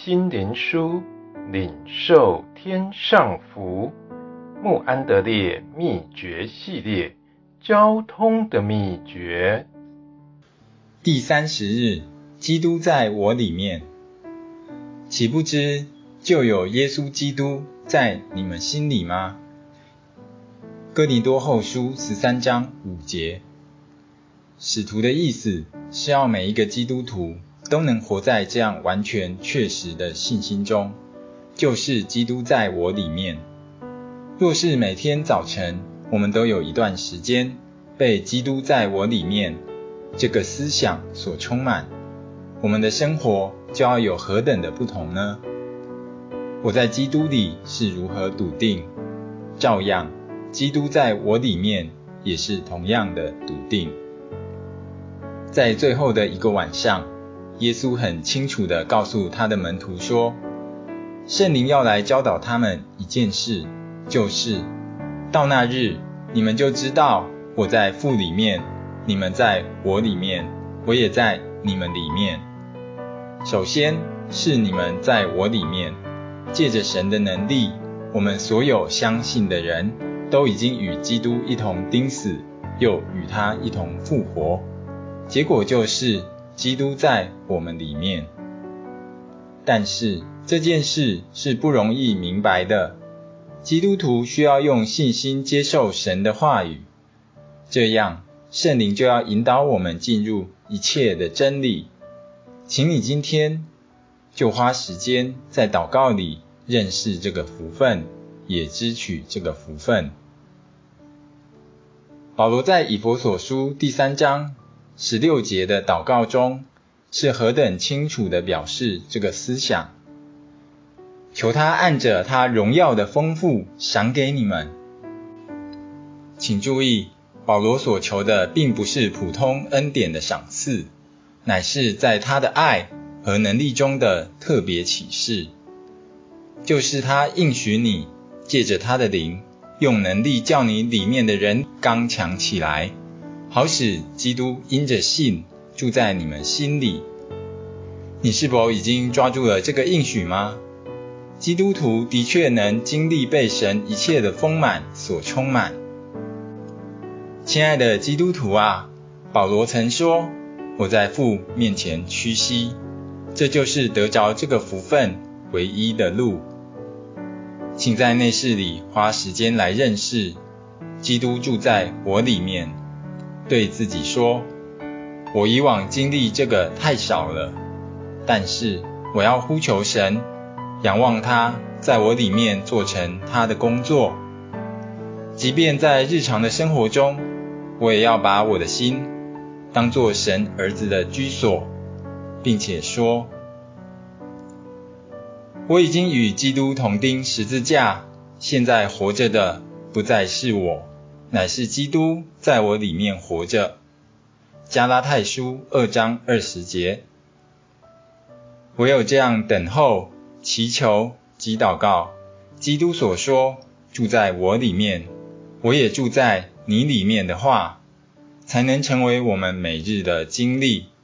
心灵书，领受天上福。穆安德烈秘诀系列，交通的秘诀。 第30日，基督在我里面。岂不知就有耶稣基督在你们心里吗？哥林多后书13章5节。使徒的意思是要每一个基督徒都能活在这样完全确实的信心中，就是基督在我里面。若是每天早晨我们都有一段时间被基督在我里面这个思想所充满，我们的生活就要有何等的不同呢？我在基督里是如何笃定，照样基督在我里面也是同样的笃定。在最后的一个晚上，耶稣很清楚地告诉他的门徒说，圣灵要来教导他们一件事，就是到那日，你们就知道我在父里面，你们在我里面，我也在你们里面。首先是你们在我里面，借着神的能力，我们所有相信的人都已经与基督一同钉死，又与他一同复活。结果就是基督在我们里面。但是这件事是不容易明白的，基督徒需要用信心接受神的话语，这样圣灵就要引导我们进入一切的真理。请你今天就花时间在祷告里认识这个福分，也支取这个福分。保罗在以弗所书第3章16节的祷告中，是何等清楚地表示这个思想。求他按着他荣耀的丰富赏给你们。请注意，保罗所求的并不是普通恩典的赏赐，乃是在他的爱和能力中的特别启示，就是他应许你，借着他的灵，用能力叫你里面的人刚强起来，好使基督因着信住在你们心里。你是否已经抓住了这个应许吗？基督徒的确能经历被神一切的丰满所充满。亲爱的基督徒啊，保罗曾说，我在父面前屈膝，这就是得着这个福分唯一的路。请在内室里花时间来认识，基督住在我里面，对自己说，我以往经历这个太少了，但是我要呼求神，仰望他在我里面做成他的工作。即便在日常的生活中，我也要把我的心当作神儿子的居所，并且说，我已经与基督同钉十字架，现在活着的不再是我，乃是基督在我里面活着。加拉太书2章20节。唯有这样等候、祈求及祷告，基督所说住在我里面，我也住在你里面的话，才能成为我们每日的经历。